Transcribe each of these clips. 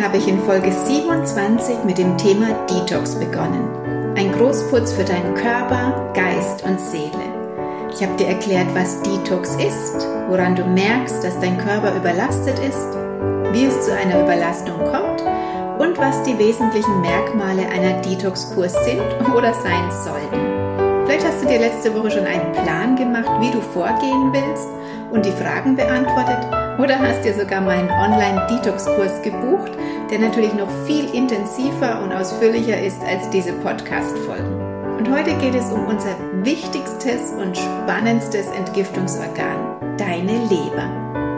habe ich in Folge 27 mit dem Thema Detox begonnen. Ein Großputz für deinen Körper, Geist und Seele. Ich habe dir erklärt, was Detox ist, woran du merkst, dass dein Körper überlastet ist, wie es zu einer Überlastung kommt und was die wesentlichen Merkmale einer Detox-Kur sind oder sein sollten. Vielleicht hast du dir letzte Woche schon einen Plan gemacht, wie du vorgehen willst und die Fragen beantwortet, oder hast dir sogar meinen Online-Detox-Kurs gebucht, der natürlich noch viel intensiver und ausführlicher ist als diese Podcast-Folgen. Und heute geht es um unser wichtigstes und spannendstes Entgiftungsorgan, deine Leber.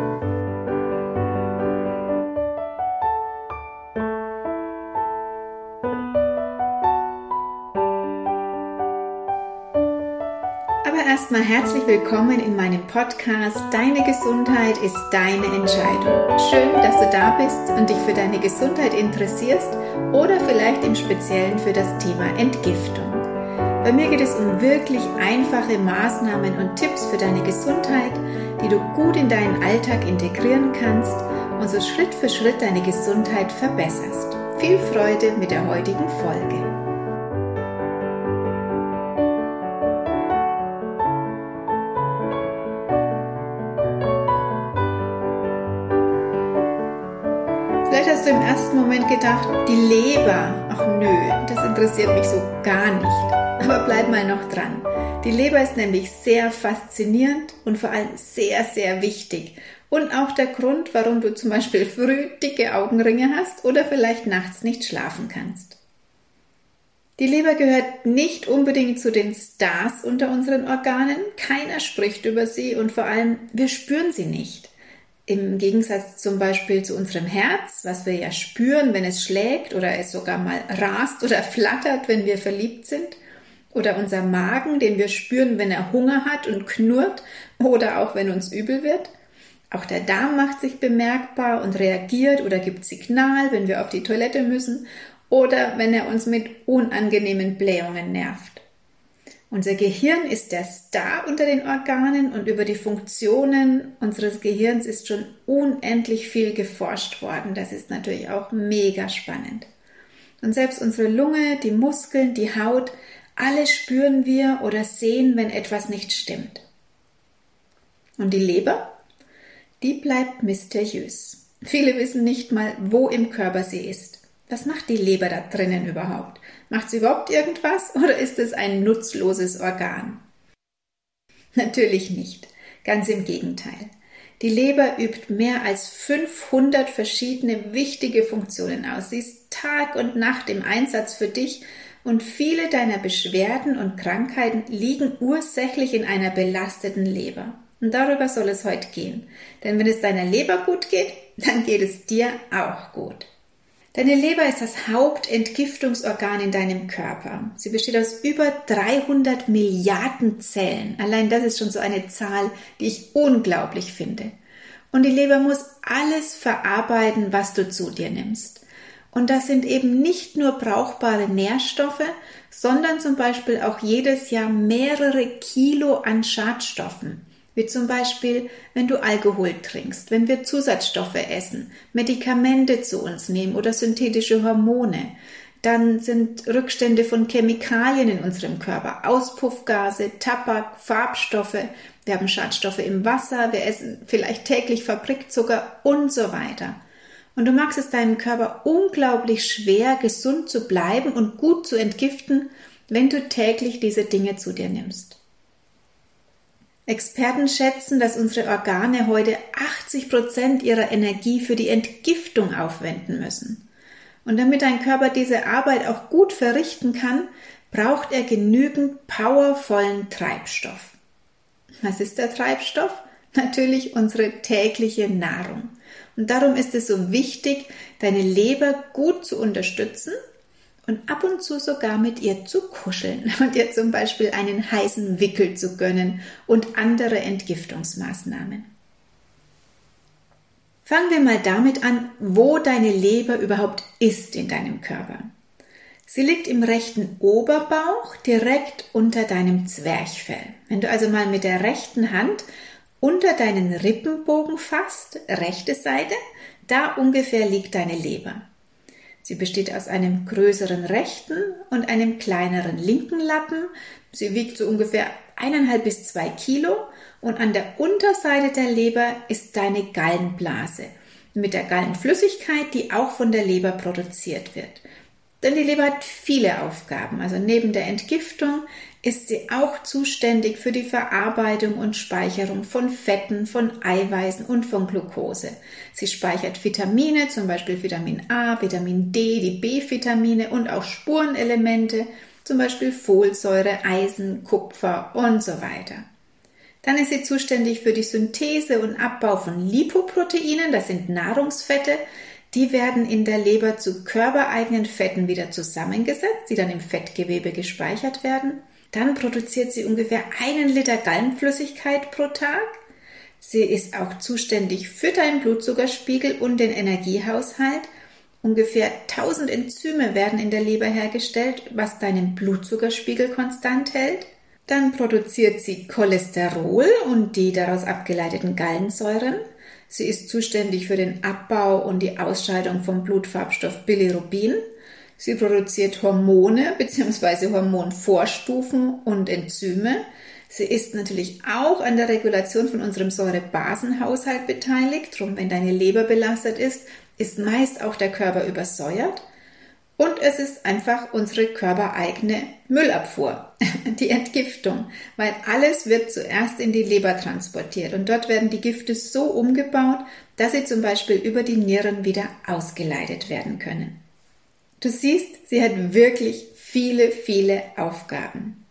Erstmal herzlich willkommen in meinem Podcast Deine Gesundheit ist deine Entscheidung. Schön, dass du da bist und dich für deine Gesundheit interessierst oder vielleicht im Speziellen für das Thema Entgiftung. Bei mir geht es um wirklich einfache Maßnahmen und Tipps für deine Gesundheit, die du gut in deinen Alltag integrieren kannst und so Schritt für Schritt deine Gesundheit verbesserst. Viel Freude mit der heutigen Folge. Vielleicht hast du im ersten Moment gedacht, die Leber, ach nö, das interessiert mich so gar nicht. Aber bleib mal noch dran. Die Leber ist nämlich sehr faszinierend und vor allem sehr, sehr wichtig. Und auch der Grund, warum du zum Beispiel früh dicke Augenringe hast oder vielleicht nachts nicht schlafen kannst. Die Leber gehört nicht unbedingt zu den Stars unter unseren Organen. Keiner spricht über sie und vor allem, wir spüren sie nicht. Im Gegensatz zum Beispiel zu unserem Herz, was wir ja spüren, wenn es schlägt oder es sogar mal rast oder flattert, wenn wir verliebt sind. Oder unser Magen, den wir spüren, wenn er Hunger hat und knurrt oder auch wenn uns übel wird. Auch der Darm macht sich bemerkbar und reagiert oder gibt Signal, wenn wir auf die Toilette müssen oder wenn er uns mit unangenehmen Blähungen nervt. Unser Gehirn ist der Star unter den Organen und über die Funktionen unseres Gehirns ist schon unendlich viel geforscht worden. Das ist natürlich auch mega spannend. Und selbst unsere Lunge, die Muskeln, die Haut, alles spüren wir oder sehen, wenn etwas nicht stimmt. Und die Leber? Die bleibt mysteriös. Viele wissen nicht mal, wo im Körper sie ist. Was macht die Leber da drinnen überhaupt? Macht sie überhaupt irgendwas oder ist es ein nutzloses Organ? Natürlich nicht. Ganz im Gegenteil. Die Leber übt mehr als 500 verschiedene wichtige Funktionen aus. Sie ist Tag und Nacht im Einsatz für dich und viele deiner Beschwerden und Krankheiten liegen ursächlich in einer belasteten Leber. Und darüber soll es heute gehen. Denn wenn es deiner Leber gut geht, dann geht es dir auch gut. Deine Leber ist das Hauptentgiftungsorgan in deinem Körper. Sie besteht aus über 300 Milliarden Zellen. Allein das ist schon so eine Zahl, die ich unglaublich finde. Und die Leber muss alles verarbeiten, was du zu dir nimmst. Und das sind eben nicht nur brauchbare Nährstoffe, sondern zum Beispiel auch jedes Jahr mehrere Kilo an Schadstoffen. Wie zum Beispiel, wenn du Alkohol trinkst, wenn wir Zusatzstoffe essen, Medikamente zu uns nehmen oder synthetische Hormone. Dann sind Rückstände von Chemikalien in unserem Körper, Auspuffgase, Tabak, Farbstoffe. Wir haben Schadstoffe im Wasser, wir essen vielleicht täglich Fabrikzucker und so weiter. Und du machst es deinem Körper unglaublich schwer, gesund zu bleiben und gut zu entgiften, wenn du täglich diese Dinge zu dir nimmst. Experten schätzen, dass unsere Organe heute 80% ihrer Energie für die Entgiftung aufwenden müssen. Und damit dein Körper diese Arbeit auch gut verrichten kann, braucht er genügend powervollen Treibstoff. Was ist der Treibstoff? Natürlich unsere tägliche Nahrung. Und darum ist es so wichtig, deine Leber gut zu unterstützen und ab und zu sogar mit ihr zu kuscheln und ihr zum Beispiel einen heißen Wickel zu gönnen und andere Entgiftungsmaßnahmen. Fangen wir mal damit an, wo deine Leber überhaupt ist in deinem Körper. Sie liegt im rechten Oberbauch direkt unter deinem Zwerchfell. Wenn du also mal mit der rechten Hand unter deinen Rippenbogen fasst, rechte Seite, da ungefähr liegt deine Leber. Sie besteht aus einem größeren rechten und einem kleineren linken Lappen. Sie wiegt so ungefähr 1,5 bis 2 Kilo und an der Unterseite der Leber ist deine Gallenblase mit der Gallenflüssigkeit, die auch von der Leber produziert wird. Denn die Leber hat viele Aufgaben. Also neben der Entgiftung ist sie auch zuständig für die Verarbeitung und Speicherung von Fetten, von Eiweißen und von Glucose. Sie speichert Vitamine, zum Beispiel Vitamin A, Vitamin D, die B-Vitamine und auch Spurenelemente, zum Beispiel Folsäure, Eisen, Kupfer und so weiter. Dann ist sie zuständig für die Synthese und Abbau von Lipoproteinen, das sind Nahrungsfette. Die werden in der Leber zu körpereigenen Fetten wieder zusammengesetzt, die dann im Fettgewebe gespeichert werden. Dann produziert sie ungefähr 1 Liter Gallenflüssigkeit pro Tag. Sie ist auch zuständig für deinen Blutzuckerspiegel und den Energiehaushalt. Ungefähr 1000 Enzyme werden in der Leber hergestellt, was deinen Blutzuckerspiegel konstant hält. Dann produziert sie Cholesterol und die daraus abgeleiteten Gallensäuren. Sie ist zuständig für den Abbau und die Ausscheidung vom Blutfarbstoff Bilirubin. Sie produziert Hormone bzw. Hormonvorstufen und Enzyme. Sie ist natürlich auch an der Regulation von unserem Säurebasenhaushalt beteiligt. Darum, wenn deine Leber belastet ist meist auch der Körper übersäuert. Und es ist einfach unsere körpereigene Müllabfuhr, die Entgiftung, weil alles wird zuerst in die Leber transportiert und dort werden die Gifte so umgebaut, dass sie zum Beispiel über die Nieren wieder ausgeleitet werden können. Du siehst, sie hat wirklich viele, viele Aufgaben.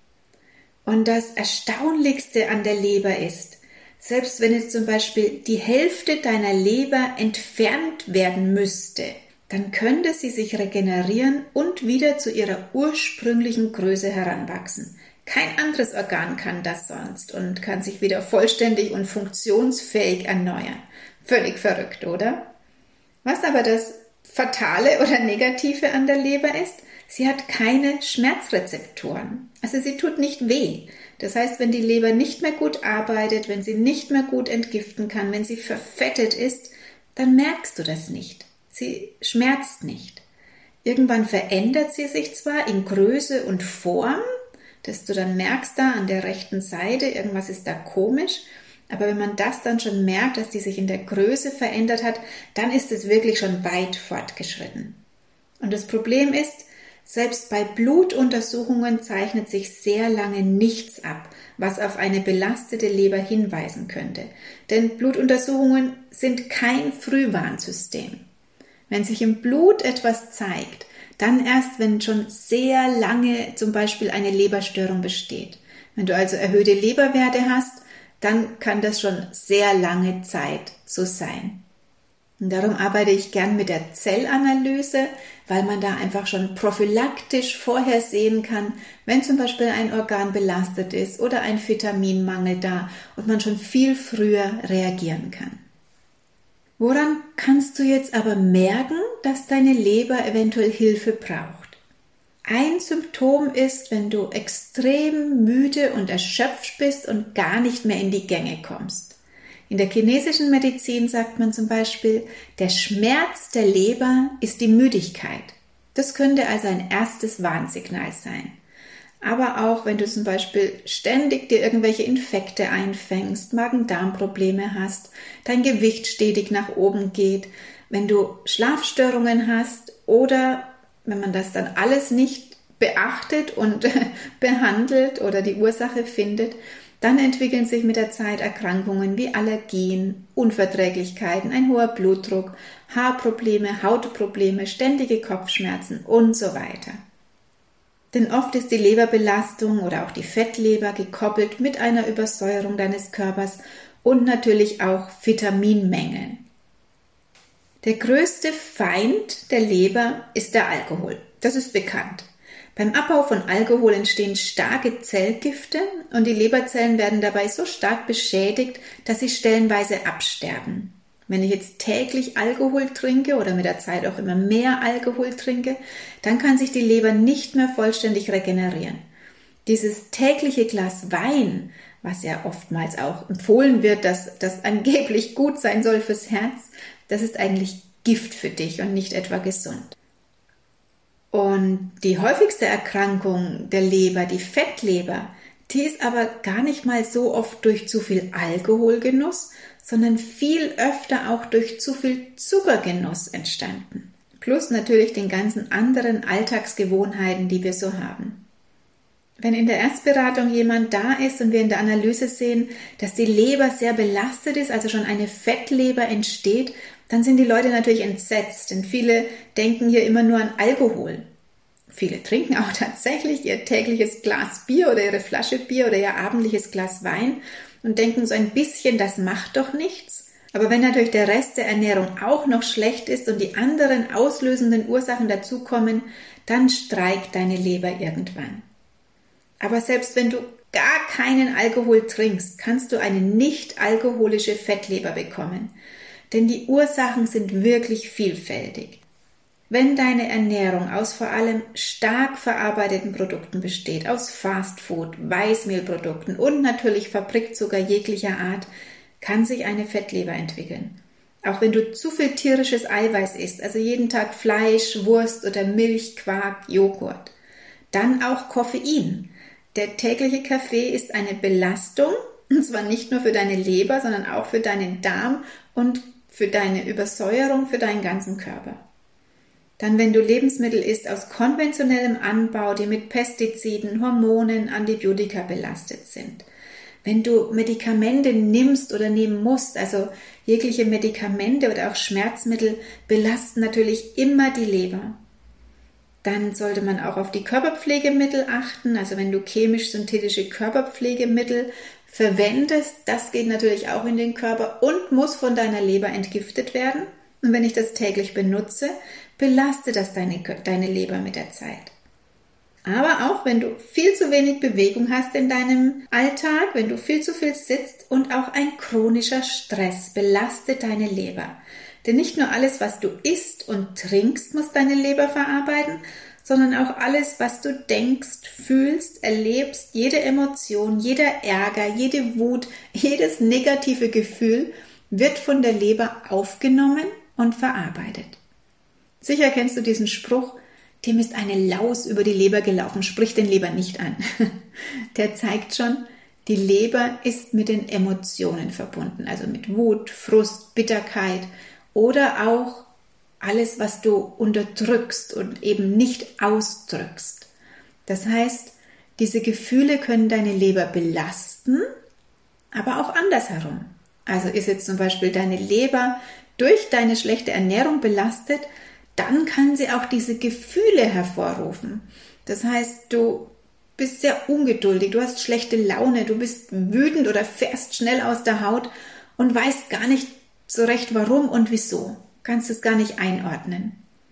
Und das Erstaunlichste an der Leber ist, selbst wenn jetzt zum Beispiel die Hälfte deiner Leber entfernt werden müsste, dann könnte sie sich regenerieren und wieder zu ihrer ursprünglichen Größe heranwachsen. Kein anderes Organ kann das sonst und kann sich wieder vollständig und funktionsfähig erneuern. Völlig verrückt, oder? Was aber das Fatale oder Negative an der Leber ist, sie hat keine Schmerzrezeptoren. Also sie tut nicht weh. Das heißt, wenn die Leber nicht mehr gut arbeitet, wenn sie nicht mehr gut entgiften kann, wenn sie verfettet ist, dann merkst du das nicht. Sie schmerzt nicht. Irgendwann verändert sie sich zwar in Größe und Form, dass du dann merkst da an der rechten Seite, irgendwas ist da komisch, aber wenn man das dann schon merkt, dass die sich in der Größe verändert hat, dann ist es wirklich schon weit fortgeschritten. Und das Problem ist, selbst bei Blutuntersuchungen zeichnet sich sehr lange nichts ab, was auf eine belastete Leber hinweisen könnte. Denn Blutuntersuchungen sind kein Frühwarnsystem. Wenn sich im Blut etwas zeigt, dann erst, wenn schon sehr lange zum Beispiel eine Leberstörung besteht. Wenn du also erhöhte Leberwerte hast, dann kann das schon sehr lange Zeit so sein. Und darum arbeite ich gern mit der Zellanalyse, weil man da einfach schon prophylaktisch vorher sehen kann, wenn zum Beispiel ein Organ belastet ist oder ein Vitaminmangel da und man schon viel früher reagieren kann. Woran kannst du jetzt aber merken, dass deine Leber eventuell Hilfe braucht? Ein Symptom ist, wenn du extrem müde und erschöpft bist und gar nicht mehr in die Gänge kommst. In der chinesischen Medizin sagt man zum Beispiel, der Schmerz der Leber ist die Müdigkeit. Das könnte also ein erstes Warnsignal sein. Aber auch, wenn du zum Beispiel ständig dir irgendwelche Infekte einfängst, Magen-Darm-Probleme hast, dein Gewicht stetig nach oben geht, wenn du Schlafstörungen hast oder wenn man das dann alles nicht beachtet und behandelt oder die Ursache findet, dann entwickeln sich mit der Zeit Erkrankungen wie Allergien, Unverträglichkeiten, ein hoher Blutdruck, Haarprobleme, Hautprobleme, ständige Kopfschmerzen und so weiter. Denn oft ist die Leberbelastung oder auch die Fettleber gekoppelt mit einer Übersäuerung deines Körpers und natürlich auch Vitaminmängeln. Der größte Feind der Leber ist der Alkohol. Das ist bekannt. Beim Abbau von Alkohol entstehen starke Zellgifte und die Leberzellen werden dabei so stark beschädigt, dass sie stellenweise absterben. Wenn ich jetzt täglich Alkohol trinke oder mit der Zeit auch immer mehr Alkohol trinke, dann kann sich die Leber nicht mehr vollständig regenerieren. Dieses tägliche Glas Wein, was ja oftmals auch empfohlen wird, dass das angeblich gut sein soll fürs Herz, das ist eigentlich Gift für dich und nicht etwa gesund. Und die häufigste Erkrankung der Leber, die Fettleber, die ist aber gar nicht mal so oft durch zu viel Alkoholgenuss, sondern viel öfter auch durch zu viel Zuckergenuss entstanden. Plus natürlich den ganzen anderen Alltagsgewohnheiten, die wir so haben. Wenn in der Erstberatung jemand da ist und wir in der Analyse sehen, dass die Leber sehr belastet ist, also schon eine Fettleber entsteht, dann sind die Leute natürlich entsetzt, denn viele denken hier immer nur an Alkohol. Viele trinken auch tatsächlich ihr tägliches Glas Bier oder ihre Flasche Bier oder ihr abendliches Glas Wein und denken so ein bisschen, das macht doch nichts. Aber wenn natürlich der Rest der Ernährung auch noch schlecht ist und die anderen auslösenden Ursachen dazukommen, dann streikt deine Leber irgendwann. Aber selbst wenn du gar keinen Alkohol trinkst, kannst du eine nicht alkoholische Fettleber bekommen. Denn die Ursachen sind wirklich vielfältig. Wenn deine Ernährung aus vor allem stark verarbeiteten Produkten besteht, aus Fastfood, Weißmehlprodukten und natürlich Fabrikzucker jeglicher Art, kann sich eine Fettleber entwickeln. Auch wenn du zu viel tierisches Eiweiß isst, also jeden Tag Fleisch, Wurst oder Milch, Quark, Joghurt. Dann auch Koffein. Der tägliche Kaffee ist eine Belastung, und zwar nicht nur für deine Leber, sondern auch für deinen Darm und für deine Übersäuerung, für deinen ganzen Körper. Dann, wenn du Lebensmittel isst aus konventionellem Anbau, die mit Pestiziden, Hormonen, Antibiotika belastet sind. Wenn du Medikamente nimmst oder nehmen musst, also jegliche Medikamente oder auch Schmerzmittel belasten natürlich immer die Leber. Dann sollte man auch auf die Körperpflegemittel achten, also wenn du chemisch-synthetische Körperpflegemittel verwendest, das geht natürlich auch in den Körper und muss von deiner Leber entgiftet werden. Und wenn ich das täglich benutze, belastet das deine Leber mit der Zeit. Aber auch wenn du viel zu wenig Bewegung hast in deinem Alltag, wenn du viel zu viel sitzt und auch ein chronischer Stress belastet deine Leber. Denn nicht nur alles, was du isst und trinkst, muss deine Leber verarbeiten, sondern auch alles, was du denkst, fühlst, erlebst, jede Emotion, jeder Ärger, jede Wut, jedes negative Gefühl wird von der Leber aufgenommen und verarbeitet. Sicher kennst du diesen Spruch, dem ist eine Laus über die Leber gelaufen, sprich den Leber nicht an. Der zeigt schon, die Leber ist mit den Emotionen verbunden, also mit Wut, Frust, Bitterkeit oder auch alles, was du unterdrückst und eben nicht ausdrückst. Das heißt, diese Gefühle können deine Leber belasten, aber auch andersherum. Also ist jetzt zum Beispiel deine Leber durch deine schlechte Ernährung belastet, dann kann sie auch diese Gefühle hervorrufen. Das heißt, du bist sehr ungeduldig, du hast schlechte Laune, du bist wütend oder fährst schnell aus der Haut und weißt gar nicht so recht warum und wieso. Kannst es gar nicht einordnen.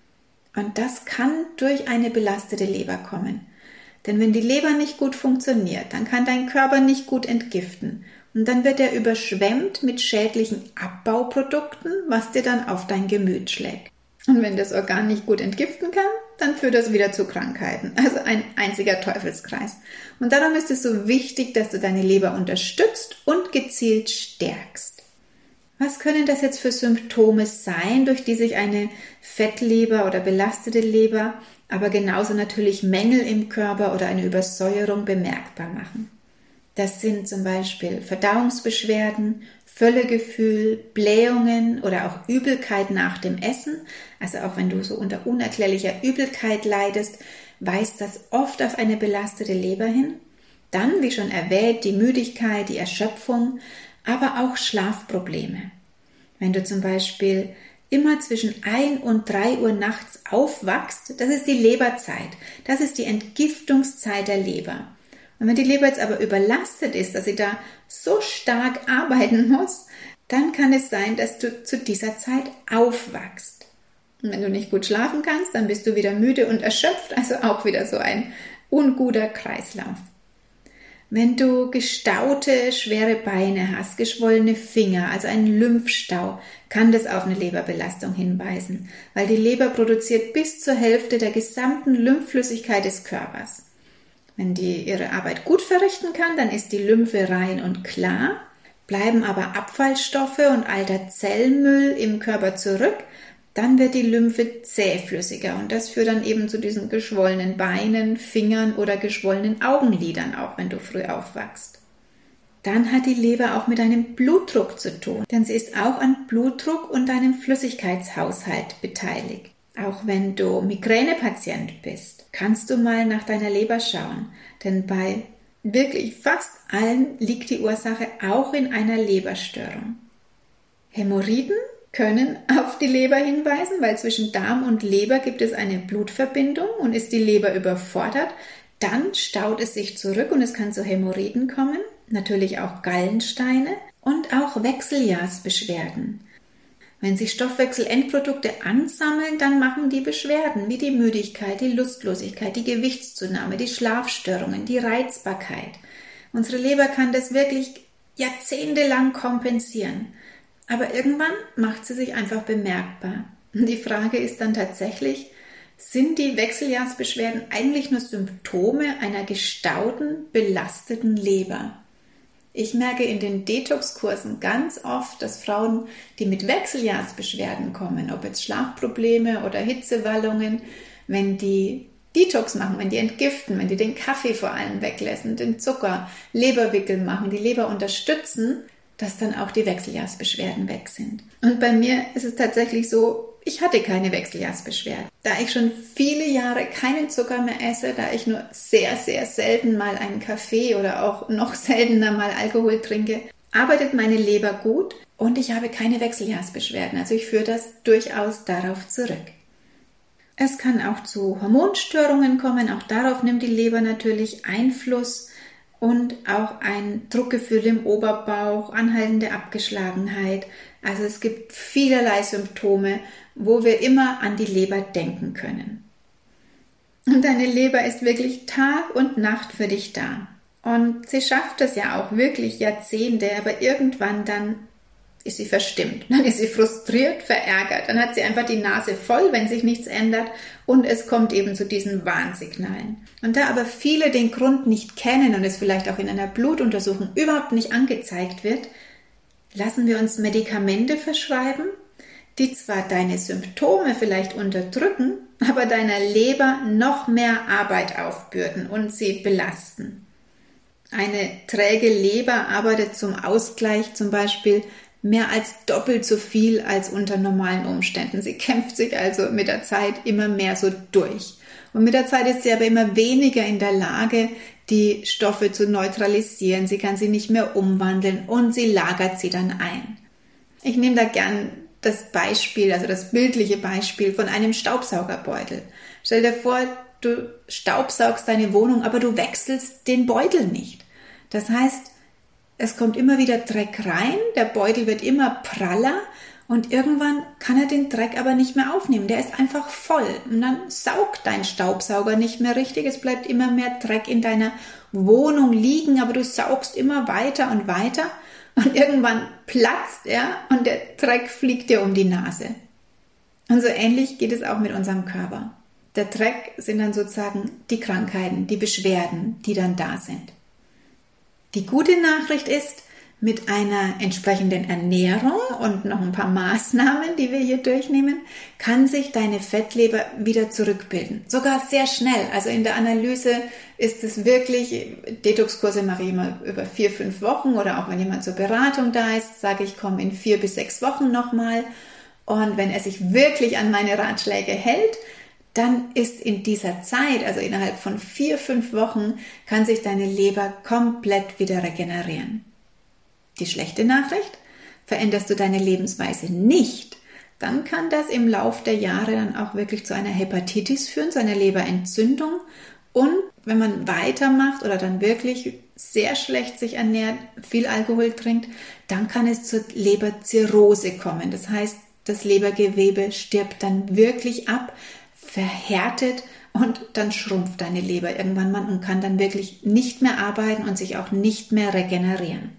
Und das kann durch eine belastete Leber kommen. Denn wenn die Leber nicht gut funktioniert, dann kann dein Körper nicht gut entgiften. Und dann wird er überschwemmt mit schädlichen Abbauprodukten, was dir dann auf dein Gemüt schlägt. Und wenn das Organ nicht gut entgiften kann, dann führt das wieder zu Krankheiten. Also ein einziger Teufelskreis. Und darum ist es so wichtig, dass du deine Leber unterstützt und gezielt stärkst. Was können das jetzt für Symptome sein, durch die sich eine Fettleber oder belastete Leber, aber genauso natürlich Mängel im Körper oder eine Übersäuerung bemerkbar machen? Das sind zum Beispiel Verdauungsbeschwerden, Völlegefühl, Blähungen oder auch Übelkeit nach dem Essen. Also auch wenn du so unter unerklärlicher Übelkeit leidest, weist das oft auf eine belastete Leber hin. Dann, wie schon erwähnt, die Müdigkeit, die Erschöpfung, aber auch Schlafprobleme. Wenn du zum Beispiel immer zwischen 1 und 3 Uhr nachts aufwachst, das ist die Leberzeit, das ist die Entgiftungszeit der Leber. Und wenn die Leber jetzt aber überlastet ist, dass sie da so stark arbeiten muss, dann kann es sein, dass du zu dieser Zeit aufwachst. Und wenn du nicht gut schlafen kannst, dann bist du wieder müde und erschöpft, also auch wieder so ein unguter Kreislauf. Wenn du gestaute, schwere Beine hast, geschwollene Finger, also einen Lymphstau, kann das auf eine Leberbelastung hinweisen, weil die Leber produziert bis zur Hälfte der gesamten Lymphflüssigkeit des Körpers. Wenn die ihre Arbeit gut verrichten kann, dann ist die Lymphe rein und klar, bleiben aber Abfallstoffe und alter Zellmüll im Körper zurück, dann wird die Lymphe zähflüssiger und das führt dann eben zu diesen geschwollenen Beinen, Fingern oder geschwollenen Augenlidern, auch wenn du früh aufwachst. Dann hat die Leber auch mit deinem Blutdruck zu tun, denn sie ist auch an Blutdruck und deinem Flüssigkeitshaushalt beteiligt. Auch wenn du Migränepatient bist, kannst du mal nach deiner Leber schauen, denn bei wirklich fast allen liegt die Ursache auch in einer Leberstörung. Hämorrhoiden können auf die Leber hinweisen, weil zwischen Darm und Leber gibt es eine Blutverbindung und ist die Leber überfordert, dann staut es sich zurück und es kann zu Hämorrhoiden kommen, natürlich auch Gallensteine und auch Wechseljahrsbeschwerden. Wenn sich Stoffwechselendprodukte ansammeln, dann machen die Beschwerden wie die Müdigkeit, die Lustlosigkeit, die Gewichtszunahme, die Schlafstörungen, die Reizbarkeit. Unsere Leber kann das wirklich jahrzehntelang kompensieren. Aber irgendwann macht sie sich einfach bemerkbar. Und die Frage ist dann tatsächlich, sind die Wechseljahrsbeschwerden eigentlich nur Symptome einer gestauten, belasteten Leber? Ich merke in den Detox-Kursen ganz oft, dass Frauen, die mit Wechseljahrsbeschwerden kommen, ob jetzt Schlafprobleme oder Hitzewallungen, wenn die Detox machen, wenn die entgiften, wenn die den Kaffee vor allem weglassen, den Zucker, Leberwickel machen, die Leber unterstützen, dass dann auch die Wechseljahrsbeschwerden weg sind. Und bei mir ist es tatsächlich so, ich hatte keine Wechseljahrsbeschwerden. Da ich schon viele Jahre keinen Zucker mehr esse, da ich nur sehr, sehr selten mal einen Kaffee oder auch noch seltener mal Alkohol trinke, arbeitet meine Leber gut und ich habe keine Wechseljahrsbeschwerden. Also ich führe das durchaus darauf zurück. Es kann auch zu Hormonstörungen kommen, auch darauf nimmt die Leber natürlich Einfluss. Und auch ein Druckgefühl im Oberbauch, anhaltende Abgeschlagenheit. Also es gibt vielerlei Symptome, wo wir immer an die Leber denken können. Und deine Leber ist wirklich Tag und Nacht für dich da. Und sie schafft es ja auch wirklich Jahrzehnte, aber irgendwann dann ist sie verstimmt, dann ist sie frustriert, verärgert, dann hat sie einfach die Nase voll, wenn sich nichts ändert und es kommt eben zu diesen Warnsignalen. Und da aber viele den Grund nicht kennen und es vielleicht auch in einer Blutuntersuchung überhaupt nicht angezeigt wird, lassen wir uns Medikamente verschreiben, die zwar deine Symptome vielleicht unterdrücken, aber deiner Leber noch mehr Arbeit aufbürden und sie belasten. Eine träge Leber arbeitet zum Ausgleich zum Beispiel mehr als doppelt so viel als unter normalen Umständen. Sie kämpft sich also mit der Zeit immer mehr so durch. Und mit der Zeit ist sie aber immer weniger in der Lage, die Stoffe zu neutralisieren. Sie kann sie nicht mehr umwandeln und sie lagert sie dann ein. Ich nehme da gern das Beispiel, also das bildliche Beispiel von einem Staubsaugerbeutel. Stell dir vor, du staubsaugst deine Wohnung, aber du wechselst den Beutel nicht. Das heißt, es kommt immer wieder Dreck rein, der Beutel wird immer praller und irgendwann kann er den Dreck aber nicht mehr aufnehmen. Der ist einfach voll und dann saugt dein Staubsauger nicht mehr richtig. Es bleibt immer mehr Dreck in deiner Wohnung liegen, aber du saugst immer weiter und weiter und irgendwann platzt er und der Dreck fliegt dir um die Nase. Und so ähnlich geht es auch mit unserem Körper. Der Dreck sind dann sozusagen die Krankheiten, die Beschwerden, die dann da sind. Die gute Nachricht ist, mit einer entsprechenden Ernährung und noch ein paar Maßnahmen, die wir hier durchnehmen, kann sich deine Fettleber wieder zurückbilden. Sogar sehr schnell. Also in der Analyse ist es wirklich, Detox-Kurse mache ich immer über 4-5 Wochen oder auch wenn jemand zur Beratung da ist, sage ich, komm in 4 bis 6 Wochen nochmal. Und wenn er sich wirklich an meine Ratschläge hält, dann ist in dieser Zeit, also innerhalb von 4-5 Wochen, kann sich deine Leber komplett wieder regenerieren. Die schlechte Nachricht, veränderst du deine Lebensweise nicht, dann kann das im Lauf der Jahre dann auch wirklich zu einer Hepatitis führen, zu einer Leberentzündung. Und wenn man weitermacht oder dann wirklich sehr schlecht sich ernährt, viel Alkohol trinkt, dann kann es zur Leberzirrhose kommen. Das heißt, das Lebergewebe stirbt dann wirklich ab, verhärtet und dann schrumpft deine Leber irgendwann mal und kann dann wirklich nicht mehr arbeiten und sich auch nicht mehr regenerieren.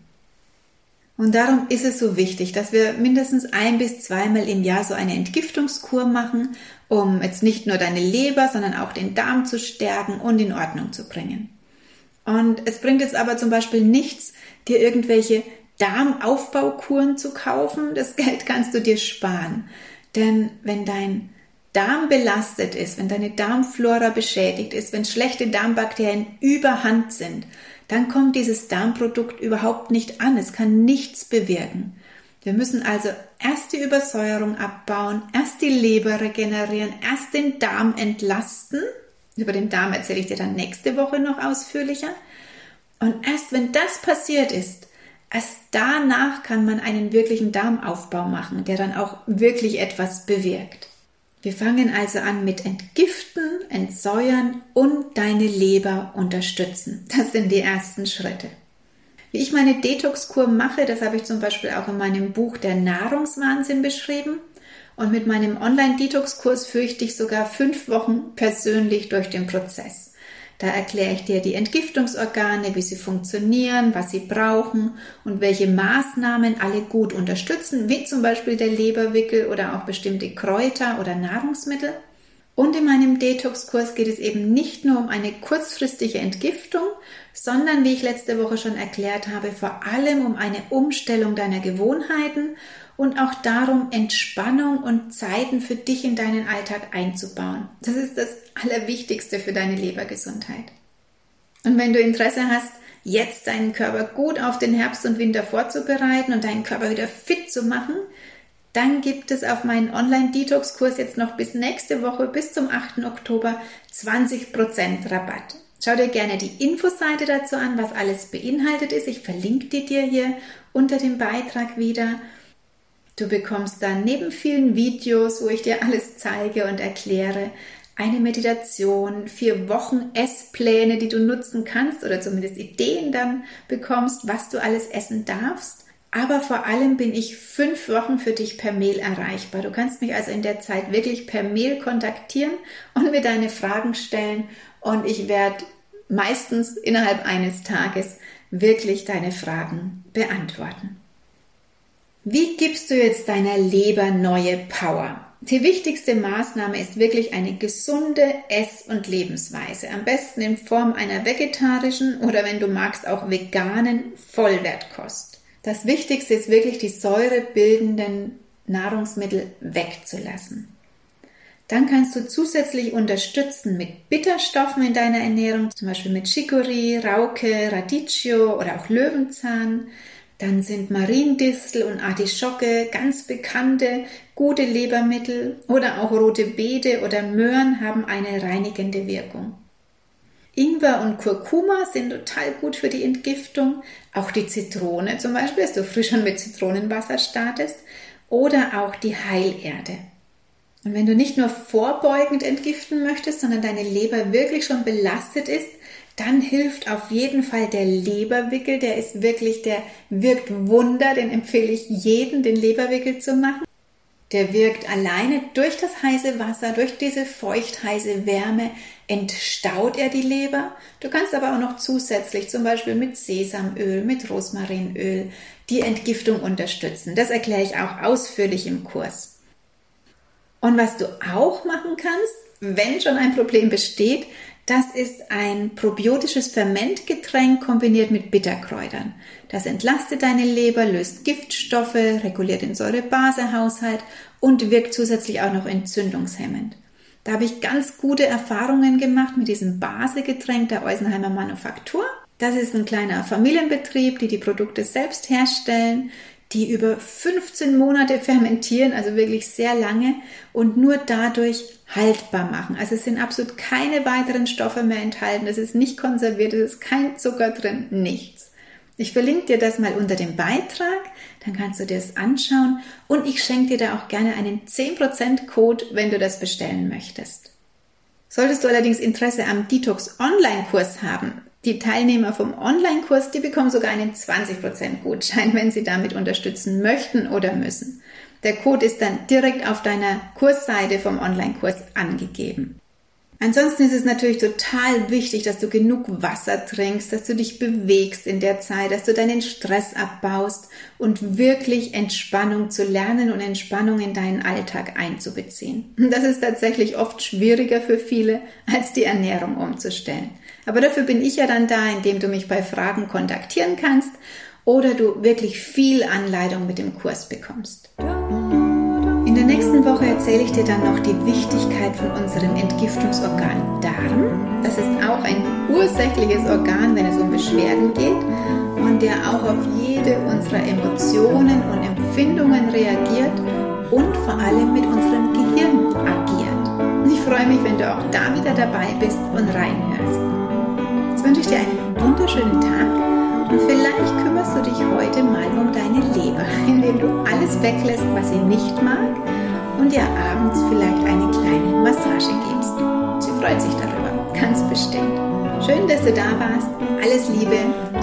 Und darum ist es so wichtig, dass wir mindestens 1- bis 2-mal im Jahr so eine Entgiftungskur machen, um jetzt nicht nur deine Leber, sondern auch den Darm zu stärken und in Ordnung zu bringen. Und es bringt jetzt aber zum Beispiel nichts, dir irgendwelche Darmaufbaukuren zu kaufen. Das Geld kannst du dir sparen. Denn wenn dein Darm belastet ist, wenn deine Darmflora beschädigt ist, wenn schlechte Darmbakterien überhand sind, dann kommt dieses Darmprodukt überhaupt nicht an. Es kann nichts bewirken. Wir müssen also erst die Übersäuerung abbauen, erst die Leber regenerieren, erst den Darm entlasten. Über den Darm erzähle ich dir dann nächste Woche noch ausführlicher. Und erst wenn das passiert ist, erst danach kann man einen wirklichen Darmaufbau machen, der dann auch wirklich etwas bewirkt. Wir fangen also an mit Entgiften, Entsäuern und deine Leber unterstützen. Das sind die ersten Schritte. Wie ich meine Detox-Kur mache, das habe ich zum Beispiel auch in meinem Buch Der Nahrungswahnsinn beschrieben. Und mit meinem Online-Detox-Kurs führe ich dich sogar 5 Wochen persönlich durch den Prozess. Da erkläre ich dir die Entgiftungsorgane, wie sie funktionieren, was sie brauchen und welche Maßnahmen alle gut unterstützen, wie zum Beispiel der Leberwickel oder auch bestimmte Kräuter oder Nahrungsmittel. Und in meinem Detox-Kurs geht es eben nicht nur um eine kurzfristige Entgiftung, sondern, wie ich letzte Woche schon erklärt habe, vor allem um eine Umstellung deiner Gewohnheiten und auch darum, Entspannung und Zeiten für dich in deinen Alltag einzubauen. Das ist das Allerwichtigste für deine Lebergesundheit. Und wenn du Interesse hast, jetzt deinen Körper gut auf den Herbst und Winter vorzubereiten und deinen Körper wieder fit zu machen, dann gibt es auf meinen Online-Detox-Kurs jetzt noch bis nächste Woche, bis zum 8. Oktober 20% Rabatt. Schau dir gerne die Infoseite dazu an, was alles beinhaltet ist. Ich verlinke die dir hier unter dem Beitrag wieder. Du bekommst dann neben vielen Videos, wo ich dir alles zeige und erkläre, eine Meditation, 4 Wochen Esspläne, die du nutzen kannst oder zumindest Ideen dann bekommst, was du alles essen darfst. Aber vor allem bin ich 5 Wochen für dich per Mail erreichbar. Du kannst mich also in der Zeit wirklich per Mail kontaktieren und mir deine Fragen stellen und ich werde meistens innerhalb eines Tages wirklich deine Fragen beantworten. Wie gibst du jetzt deiner Leber neue Power? Die wichtigste Maßnahme ist wirklich eine gesunde Ess- und Lebensweise. Am besten in Form einer vegetarischen oder wenn du magst auch veganen Vollwertkost. Das Wichtigste ist wirklich, die säurebildenden Nahrungsmittel wegzulassen. Dann kannst du zusätzlich unterstützen mit Bitterstoffen in deiner Ernährung, zum Beispiel mit Chicorée, Rauke, Radicchio oder auch Löwenzahn. Dann sind Mariendistel und Artischocke ganz bekannte, gute Lebermittel oder auch rote Beete oder Möhren haben eine reinigende Wirkung. Ingwer und Kurkuma sind total gut für die Entgiftung. Auch die Zitrone zum Beispiel, dass du frisch schon mit Zitronenwasser startest. Oder auch die Heilerde. Und wenn du nicht nur vorbeugend entgiften möchtest, sondern deine Leber wirklich schon belastet ist, dann hilft auf jeden Fall der Leberwickel. Der wirkt Wunder, den empfehle ich jedem, den Leberwickel zu machen. Der wirkt alleine durch das heiße Wasser, durch diese feucht-heiße Wärme, entstaut er die Leber. Du kannst aber auch noch zusätzlich zum Beispiel mit Sesamöl, mit Rosmarinöl die Entgiftung unterstützen. Das erkläre ich auch ausführlich im Kurs. Und was du auch machen kannst, wenn schon ein Problem besteht, das ist ein probiotisches Fermentgetränk kombiniert mit Bitterkräutern. Das entlastet deine Leber, löst Giftstoffe, reguliert den Säure-Base-Haushalt und wirkt zusätzlich auch noch entzündungshemmend. Da habe ich ganz gute Erfahrungen gemacht mit diesem Basegetränk der Eusenheimer Manufaktur. Das ist ein kleiner Familienbetrieb, die Produkte selbst herstellen, die über 15 Monate fermentieren, also wirklich sehr lange und nur dadurch haltbar machen. Also es sind absolut keine weiteren Stoffe mehr enthalten, es ist nicht konserviert, es ist kein Zucker drin, nichts. Ich verlinke dir das mal unter dem Beitrag, dann kannst du dir das anschauen und ich schenke dir da auch gerne einen 10% Code, wenn du das bestellen möchtest. Solltest du allerdings Interesse am Detox Online-Kurs haben, die Teilnehmer vom Online-Kurs, die bekommen sogar einen 20% Gutschein, wenn sie damit unterstützen möchten oder müssen. Der Code ist dann direkt auf deiner Kursseite vom Online-Kurs angegeben. Ansonsten ist es natürlich total wichtig, dass du genug Wasser trinkst, dass du dich bewegst in der Zeit, dass du deinen Stress abbaust und wirklich Entspannung zu lernen und Entspannung in deinen Alltag einzubeziehen. Das ist tatsächlich oft schwieriger für viele, als die Ernährung umzustellen. Aber dafür bin ich ja dann da, indem du mich bei Fragen kontaktieren kannst oder du wirklich viel Anleitung mit dem Kurs bekommst. In der nächsten nächsten Woche erzähle ich dir dann noch die Wichtigkeit von unserem Entgiftungsorgan Darm. Das ist auch ein ursächliches Organ, wenn es um Beschwerden geht und der auch auf jede unserer Emotionen und Empfindungen reagiert und vor allem mit unserem Gehirn agiert. Und ich freue mich, wenn du auch da wieder dabei bist und reinhörst. Jetzt wünsche ich dir einen wunderschönen Tag und vielleicht kümmerst du dich heute mal um deine Leber, indem du alles weglässt, was sie nicht mag und ihr abends vielleicht eine kleine Massage gibst. Sie freut sich darüber, ganz bestimmt. Schön, dass du da warst. Alles Liebe,